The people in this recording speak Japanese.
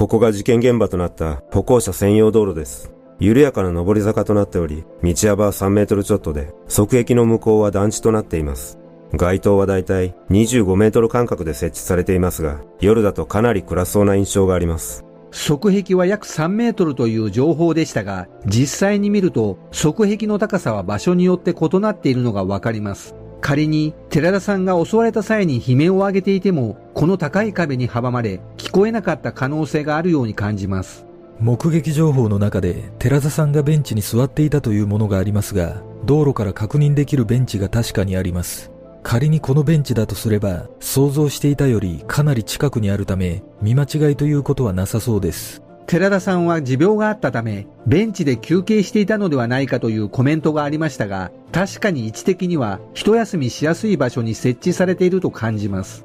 こが事件現場となった歩行者専用道路です。緩やかな上り坂となっており、道幅は3メートルちょっとで、側壁の向こうは団地となっています。街灯はだいたい25メートル間隔で設置されていますが、夜だとかなり暗そうな印象があります。 側壁は約3メートルという情報でしたが、実際に見ると側壁の高さは場所によって異なっているのがわかります。仮に寺田さんが襲われた際に悲鳴を上げていても、この高い壁に阻まれ聞こえなかった可能性があるように感じます。 目撃情報の中で寺田さんがベンチに座っていたというものがありますが、道路から確認できるベンチが確かにあります。仮にこのベンチだとすれば、想像していたよりかなり近くにあるため、見間違いということはなさそうです。 寺田さんは持病があったため、ベンチで休憩していたのではないかというコメントがありましたが、確かに位置的には一休みしやすい場所に設置されていると感じます。